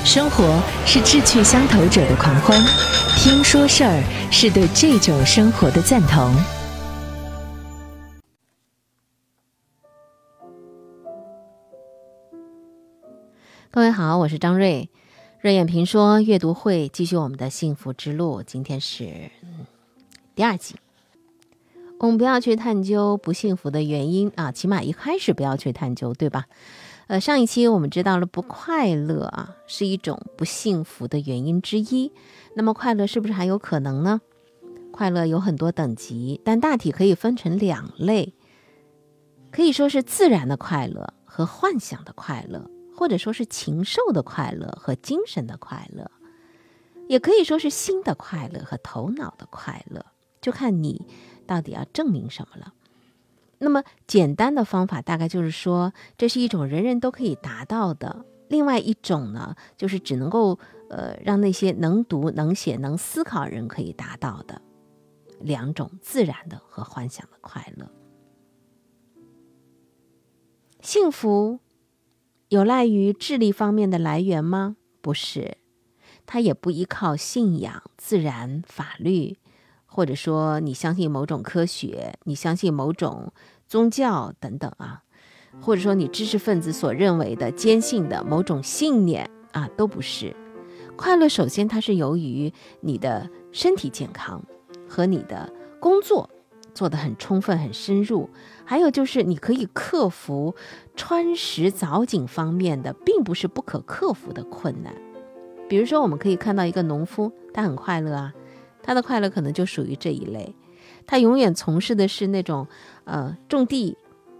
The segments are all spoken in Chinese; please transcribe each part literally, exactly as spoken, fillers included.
生活是志趣相投者的狂欢，听说事儿是对这种生活的赞同。 各位好，我是张瑞，瑞眼评说阅读会继续我们的幸福之路，今天是、嗯、第二集。我们不要去探究不幸福的原因啊，起码一开始不要去探究，对吧？呃，上一期我们知道了不快乐啊是一种不幸福的原因之一，那么快乐是不是还有可能呢？快乐有很多等级，但大体可以分成两类，可以说是自然的快乐和幻想的快乐，或者说是禽兽的快乐和精神的快乐，也可以说是心的快乐和头脑的快乐，就看你到底要证明什么了。那么简单的方法大概就是说，这是一种人人都可以达到的。另外一种呢，就是只能够呃让那些能读、能写、能思考人可以达到的两种自然的和幻想的快乐。幸福有赖于智力方面的来源吗？不是，它也不依靠信仰、自然、法律，或者说你相信某种科学，你相信某种宗教等等啊，或者说你知识分子所认为的坚信的某种信念啊，都不是。快乐首先它是由于你的身体健康和你的工作做得很充分很深入，还有就是你可以克服穿食早景方面的并不是不可克服的困难。比如说我们可以看到一个农夫，他很快乐啊，他的快乐可能就属于这一类，他永远从事的是那种呃种地、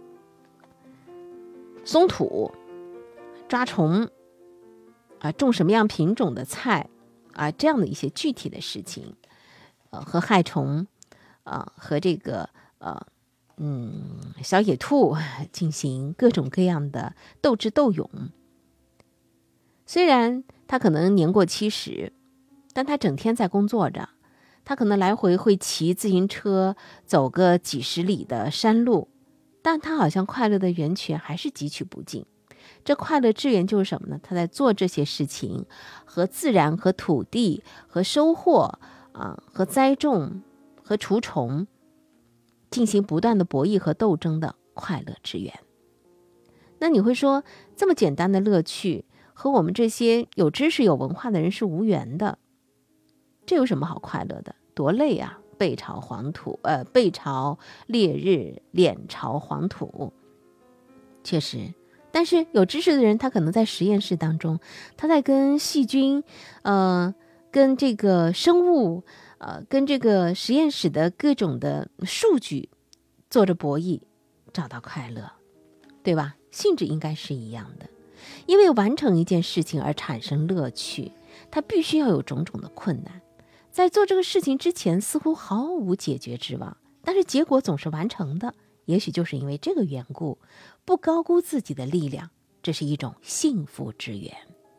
松土、抓虫啊、种什么样品种的菜啊，这样的一些具体的事情，呃和害虫啊、和这个呃嗯小野兔进行各种各样的斗智斗勇。虽然他可能年过七十，但他整天在工作着，他可能来回会骑自行车走个几十里的山路，但他好像快乐的源泉还是汲取不尽。这快乐之源就是什么呢？他在做这些事情，和自然、和土地、和收获啊、和栽种、和除虫进行不断的博弈和斗争的快乐之源。那你会说，这么简单的乐趣和我们这些有知识有文化的人是无缘的，这有什么好快乐的？多累啊！背朝黄土，呃，背朝烈日，脸朝黄土。确实，但是有知识的人，他可能在实验室当中，他在跟细菌，呃，跟这个生物，呃，跟这个实验室的各种的数据做着博弈，找到快乐，对吧？性质应该是一样的。因为完成一件事情而产生乐趣，它必须要有种种的困难。在做这个事情之前，似乎毫无解决之望，但是结果总是完成的。也许就是因为这个缘故，不高估自己的力量，这是一种幸福之源。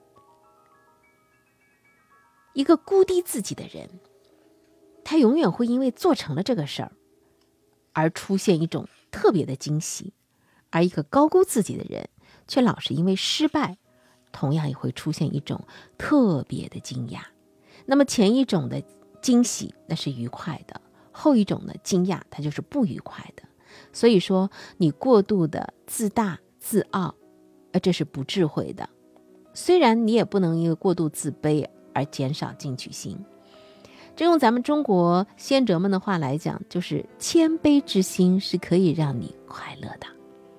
一个估低自己的人，他永远会因为做成了这个事儿而出现一种特别的惊喜，而一个高估自己的人却老是因为失败，同样也会出现一种特别的惊讶。那么前一种的惊喜那是愉快的，后一种的惊讶它就是不愉快的。所以说你过度的自大自傲，呃，这是不智慧的。虽然你也不能因为过度自卑而减少进取心。这用咱们中国先哲们的话来讲，就是谦卑之心是可以让你快乐的。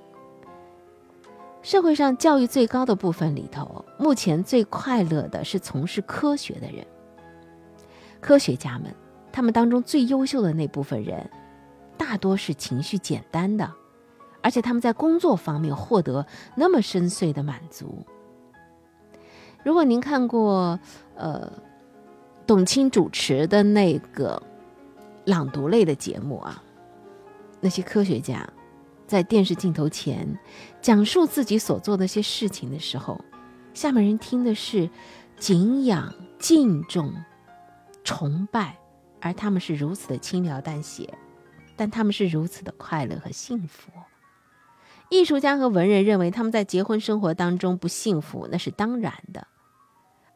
社会上教育最高的部分里头，目前最快乐的是从事科学的人。科学家们，他们当中最优秀的那部分人，大多是情绪简单的，而且他们在工作方面获得那么深邃的满足。如果您看过呃董卿主持的那个朗读类的节目啊，那些科学家在电视镜头前讲述自己所做的些事情的时候，下面人听的是敬仰、敬重、崇拜，而他们是如此的轻描淡写，但他们是如此的快乐和幸福。艺术家和文人认为他们在结婚生活当中不幸福，那是当然的，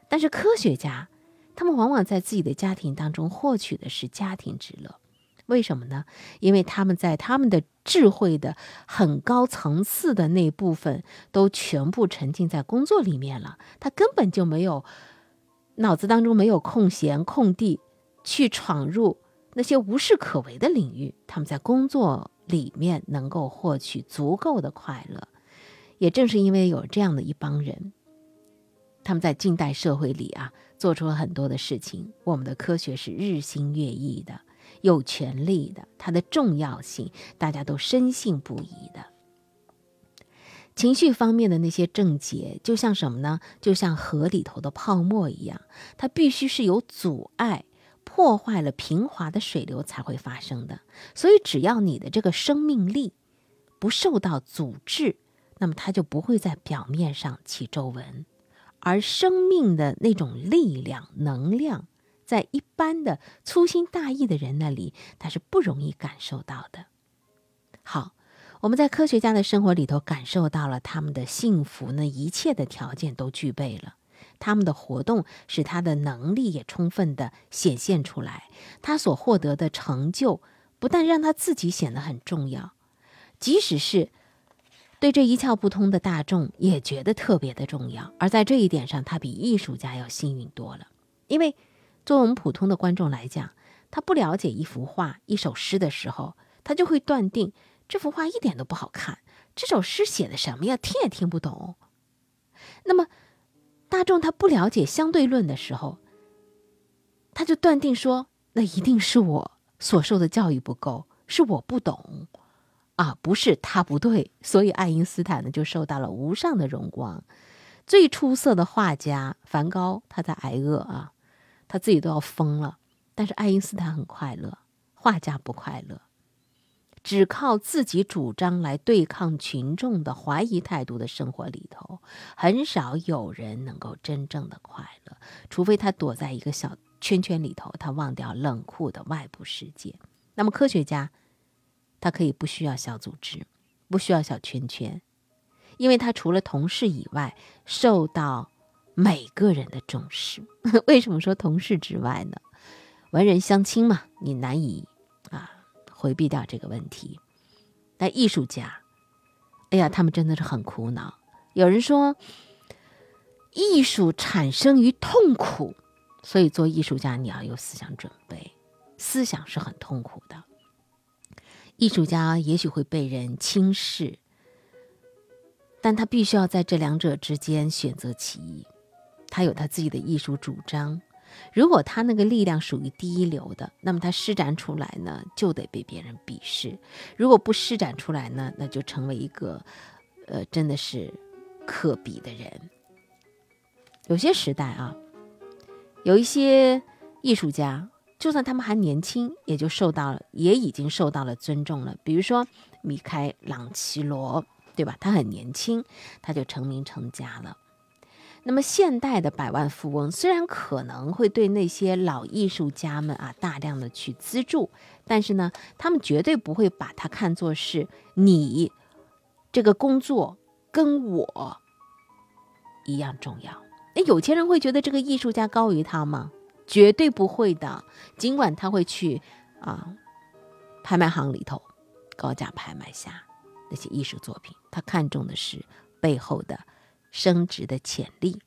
但是科学家他们往往在自己的家庭当中获取的是家庭之乐。为什么呢？因为他们在他们的智慧的很高层次的那部分都全部沉浸在工作里面了，他根本就没有脑子当中没有空闲空地去闯入那些无事可为的领域，他们在工作里面能够获取足够的快乐。也正是因为有这样的一帮人，他们在近代社会里啊，做出了很多的事情，我们的科学是日新月异的，有权利的，它的重要性大家都深信不疑的。情绪方面的那些症结就像什么呢？就像河里头的泡沫一样，它必须是有阻碍，破坏了平滑的水流才会发生的。所以只要你的这个生命力不受到阻滞，那么它就不会在表面上起皱纹。而生命的那种力量能量，在一般的粗心大意的人那里，他是不容易感受到的。好，我们在科学家的生活里头感受到了他们的幸福呢，一切的条件都具备了。他们的活动使他的能力也充分的显现出来，他所获得的成就不但让他自己显得很重要，即使是对这一窍不通的大众也觉得特别的重要。而在这一点上，他比艺术家要幸运多了。因为作为我们普通的观众来讲，他不了解一幅画一首诗的时候，他就会断定这幅画一点都不好看，这首诗写的什么呀，听也听不懂。那么大众他不了解相对论的时候，他就断定说，那一定是我所受的教育不够，是我不懂啊，不是他不对。所以爱因斯坦呢就受到了无上的荣光。最出色的画家梵高，他在挨饿啊，他自己都要疯了，但是爱因斯坦很快乐，画家不快乐。只靠自己主张来对抗群众的怀疑态度的生活里头，很少有人能够真正的快乐，除非他躲在一个小圈圈里头，他忘掉冷酷的外部世界。那么科学家他可以不需要小组织，不需要小圈圈，因为他除了同事以外受到每个人的重视。为什么说同事之外呢？文人相亲嘛，你难以啊回避掉这个问题。但艺术家，哎呀，他们真的是很苦恼。有人说艺术产生于痛苦，所以做艺术家你要有思想准备，思想是很痛苦的。艺术家也许会被人轻视，但他必须要在这两者之间选择其一。他有他自己的艺术主张，如果他那个力量属于第一流的，那么他施展出来呢，就得被别人鄙视；如果不施展出来呢，那就成为一个呃，真的是可比的人。有些时代啊，有一些艺术家，就算他们还年轻，也就受到了，也已经受到了尊重了。比如说米开朗基罗，对吧？他很年轻，他就成名成家了。那么现代的百万富翁虽然可能会对那些老艺术家们啊大量的去资助，但是呢，他们绝对不会把它看作是你这个工作跟我一样重要。那有钱人会觉得这个艺术家高于他吗？绝对不会的。尽管他会去啊拍卖行里头高价拍卖下那些艺术作品，他看重的是背后的升值的潜力。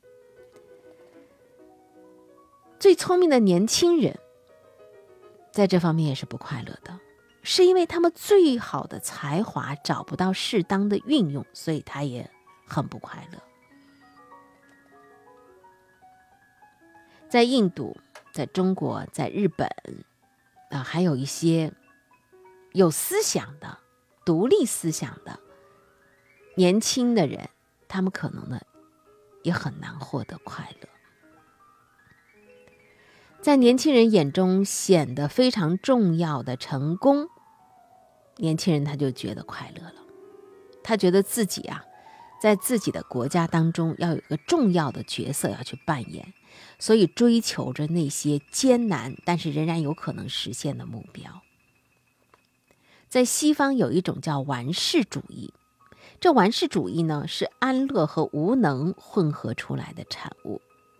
最聪明的年轻人在这方面也是不快乐的，是因为他们最好的才华找不到适当的运用，所以他也很不快乐。在印度，在中国，在日本啊，还有一些有思想的独立思想的年轻的人，他们可能呢也很难获得快乐。在年轻人眼中显得非常重要的成功，年轻人他就觉得快乐了。他觉得自己啊在自己的国家当中要有一个重要的角色要去扮演，所以追求着那些艰难但是仍然有可能实现的目标。在西方有一种叫完世主义，这完世主义呢是安乐和无能混合出来的产物。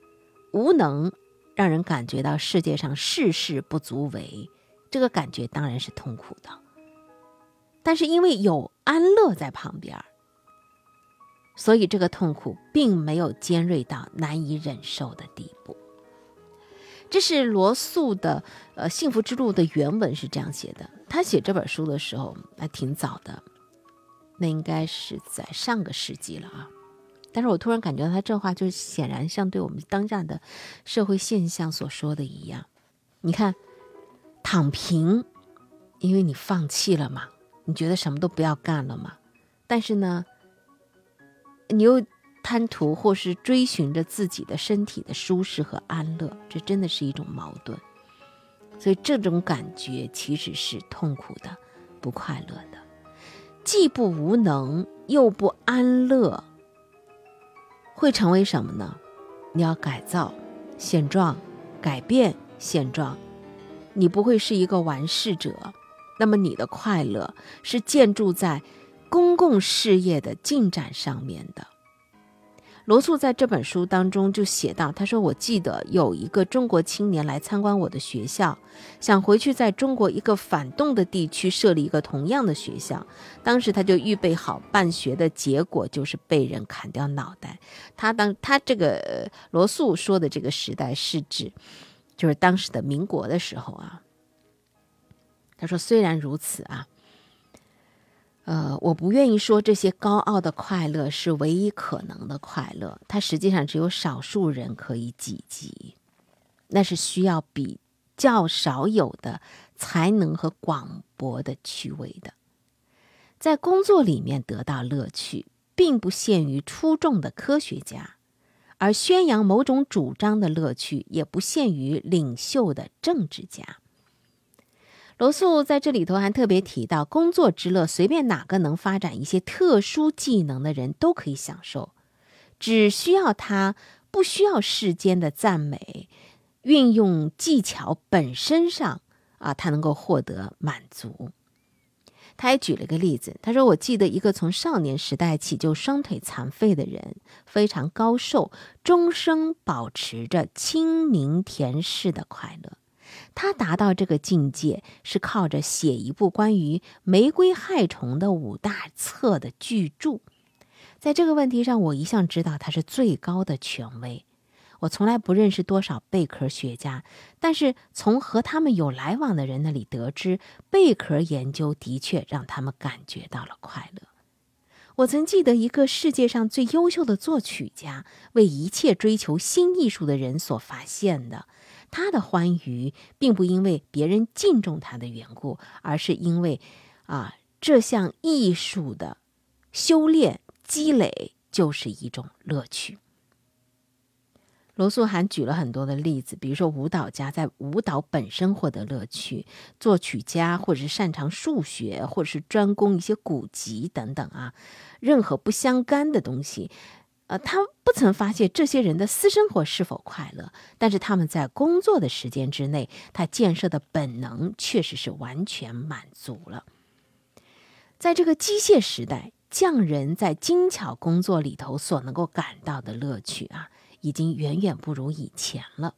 无能让人感觉到世界上事事不足为，这个感觉当然是痛苦的。但是因为有安乐在旁边，所以这个痛苦并没有尖锐到难以忍受的地步。这是罗素的呃《幸福之路》的原文是这样写的。他写这本书的时候还挺早的，那应该是在上个世纪了啊。但是我突然感觉到他这话就显然像对我们当下的社会现象所说的一样。你看，躺平，因为你放弃了嘛，你觉得什么都不要干了嘛。但是呢，你又贪图或是追寻着自己的身体的舒适和安乐，这真的是一种矛盾。所以这种感觉其实是痛苦的，不快乐的，既不无能又不安乐，会成为什么呢？你要改造现状，改变现状，你不会是一个完事者。那么你的快乐是建筑在公共事业的进展上面的。罗素在这本书当中就写到，他说，我记得有一个中国青年来参观我的学校，想回去在中国一个反动的地区设立一个同样的学校。当时他就预备好办学的结果就是被人砍掉脑袋。他当他这个罗素说的这个时代是指就是当时的民国的时候啊。他说，虽然如此啊，呃，我不愿意说这些高傲的快乐是唯一可能的快乐，它实际上只有少数人可以企及，那是需要比较少有的才能和广博的趣味的。在工作里面得到乐趣，并不限于出众的科学家，而宣扬某种主张的乐趣也不限于领袖的政治家。罗素在这里头还特别提到，工作之乐随便哪个能发展一些特殊技能的人都可以享受，只需要他不需要世间的赞美，运用技巧本身上啊，他能够获得满足。他还举了个例子，他说，我记得一个从少年时代起就双腿残废的人，非常高寿，终生保持着清明恬适的快乐。他达到这个境界是靠着写一部关于玫瑰害虫的五大册的巨著。在这个问题上，我一向知道他是最高的权威。我从来不认识多少贝壳学家，但是从和他们有来往的人那里得知，贝壳研究的确让他们感觉到了快乐。我曾记得一个世界上最优秀的作曲家，为一切追求新艺术的人所发现的。他的欢愉并不因为别人敬重他的缘故，而是因为啊，这项艺术的修炼积累就是一种乐趣。罗素还举了很多的例子，比如说舞蹈家在舞蹈本身获得乐趣，作曲家或者是擅长数学，或者是专攻一些古籍等等啊，任何不相干的东西。呃，他不曾发现这些人的私生活是否快乐，但是他们在工作的时间之内，他建设的本能确实是完全满足了。在这个机械时代，匠人在精巧工作里头所能够感到的乐趣啊，已经远远不如以前了。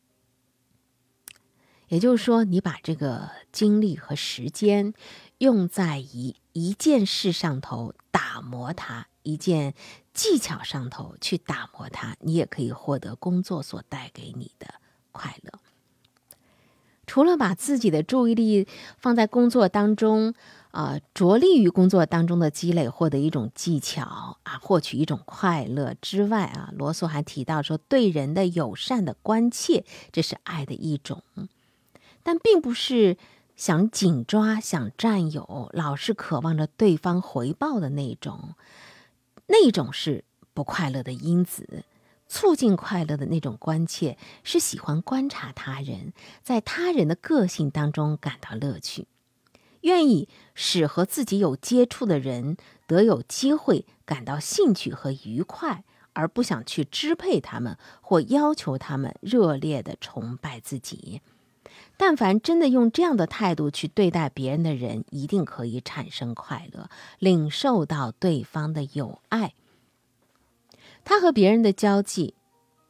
也就是说，你把这个精力和时间用在一一件事上头打磨它，一件技巧上头去打磨它，你也可以获得工作所带给你的快乐。除了把自己的注意力放在工作当中啊、呃，着力于工作当中的积累，获得一种技巧啊，获取一种快乐之外啊，罗素还提到说，对人的友善的关切，这是爱的一种，但并不是想紧抓、想占有，老是渴望着对方回报的那种，那种是不快乐的因子。促进快乐的那种关切，是喜欢观察他人，在他人的个性当中感到乐趣，愿意使和自己有接触的人得有机会感到兴趣和愉快，而不想去支配他们或要求他们热烈地崇拜自己。但凡真的用这样的态度去对待别人的人，一定可以产生快乐，领受到对方的友爱。他和别人的交际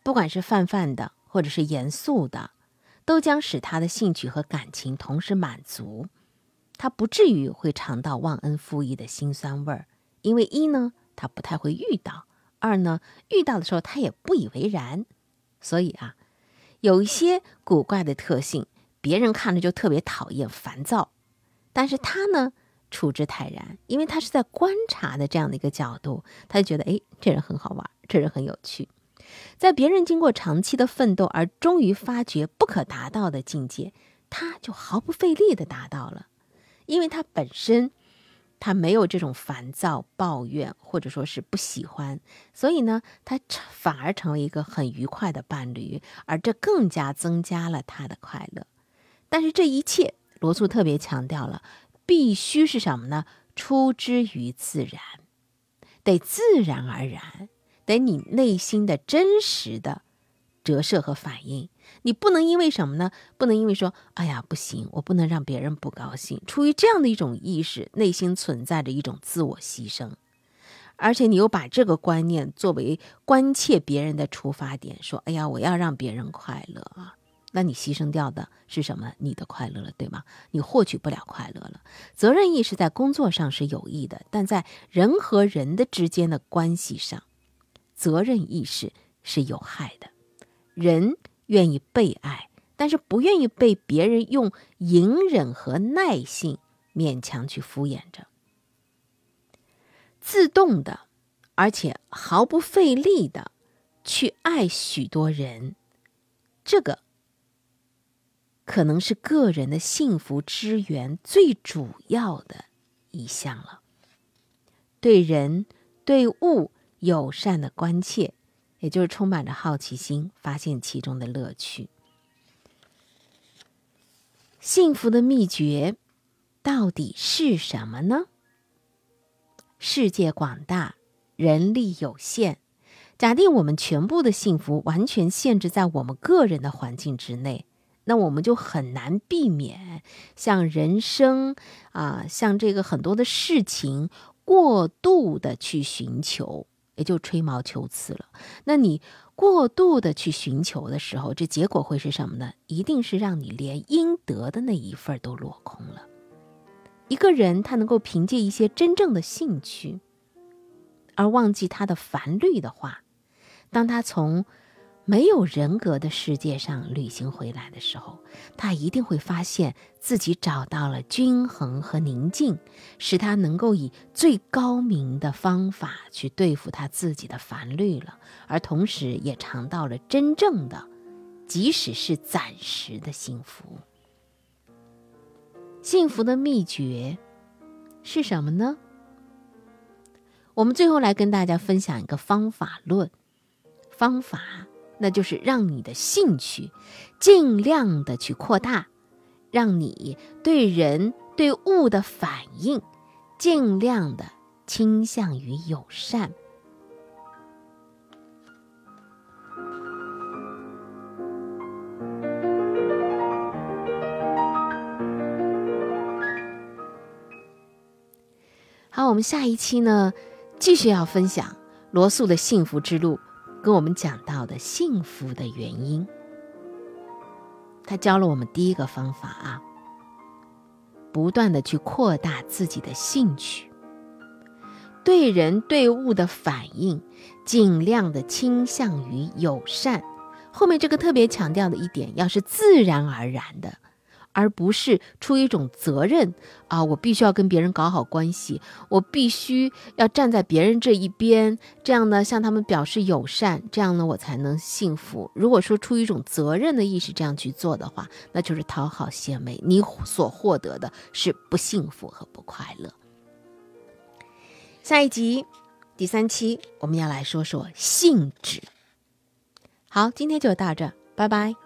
不管是泛泛的或者是严肃的，都将使他的兴趣和感情同时满足，他不至于会尝到忘恩负义的辛酸味儿。因为一呢，他不太会遇到；二呢，遇到的时候他也不以为然。所以啊，有一些古怪的特性，别人看着就特别讨厌、烦躁，但是他呢，处之泰然，因为他是在观察的这样的一个角度，他就觉得，哎，这人很好玩，这人很有趣。在别人经过长期的奋斗而终于发觉不可达到的境界，他就毫不费力的达到了，因为他本身他没有这种烦躁、抱怨或者说是不喜欢，所以呢，他反而成为一个很愉快的伴侣，而这更加增加了他的快乐。但是这一切，罗素特别强调了，必须是什么呢？出之于自然，得自然而然，得你内心的真实的折射和反应。你不能因为什么呢？不能因为说，哎呀，不行，我不能让别人不高兴。出于这样的一种意识，内心存在着一种自我牺牲，而且你又把这个观念作为关切别人的出发点，说，哎呀，我要让别人快乐啊。那你牺牲掉的是什么？你的快乐了，对吗？你获取不了快乐了。责任意识在工作上是有益的，但在人和人的之间的关系上，责任意识是有害的。人愿意被爱，但是不愿意被别人用隐忍和耐性勉强去敷衍着。自动的，而且毫不费力的去爱许多人，这个可能是个人的幸福之源最主要的一项了。对人对物友善的关切，也就是充满着好奇心，发现其中的乐趣。幸福的秘诀到底是什么呢？世界广大，人力有限，假定我们全部的幸福完全限制在我们个人的环境之内，那我们就很难避免像人生啊，像这个很多的事情过度的去寻求，也就吹毛求疵了。那你过度的去寻求的时候，这结果会是什么呢？一定是让你连应得的那一份都落空了。一个人他能够凭借一些真正的兴趣而忘记他的烦虑的话，当他从没有人格的世界上旅行回来的时候，他一定会发现自己找到了均衡和宁静，使他能够以最高明的方法去对付他自己的烦虑了，而同时也尝到了真正的，即使是暂时的幸福。幸福的秘诀是什么呢？我们最后来跟大家分享一个方法论。方法那就是让你的兴趣尽量的去扩大，让你对人对物的反应尽量的倾向于友善。好，我们下一期呢，继续要分享罗素的幸福之路跟我们讲到的幸福的原因。他教了我们第一个方法啊，不断的去扩大自己的兴趣，对人对物的反应尽量的倾向于友善。后面这个特别强调的一点，要是自然而然的，而不是出于一种责任啊，我必须要跟别人搞好关系，我必须要站在别人这一边，这样呢向他们表示友善，这样呢我才能幸福。如果说出于一种责任的意识这样去做的话，那就是讨好献媚，你所获得的是不幸福和不快乐。下一集第三期我们要来说说性质。好，今天就到这，拜拜。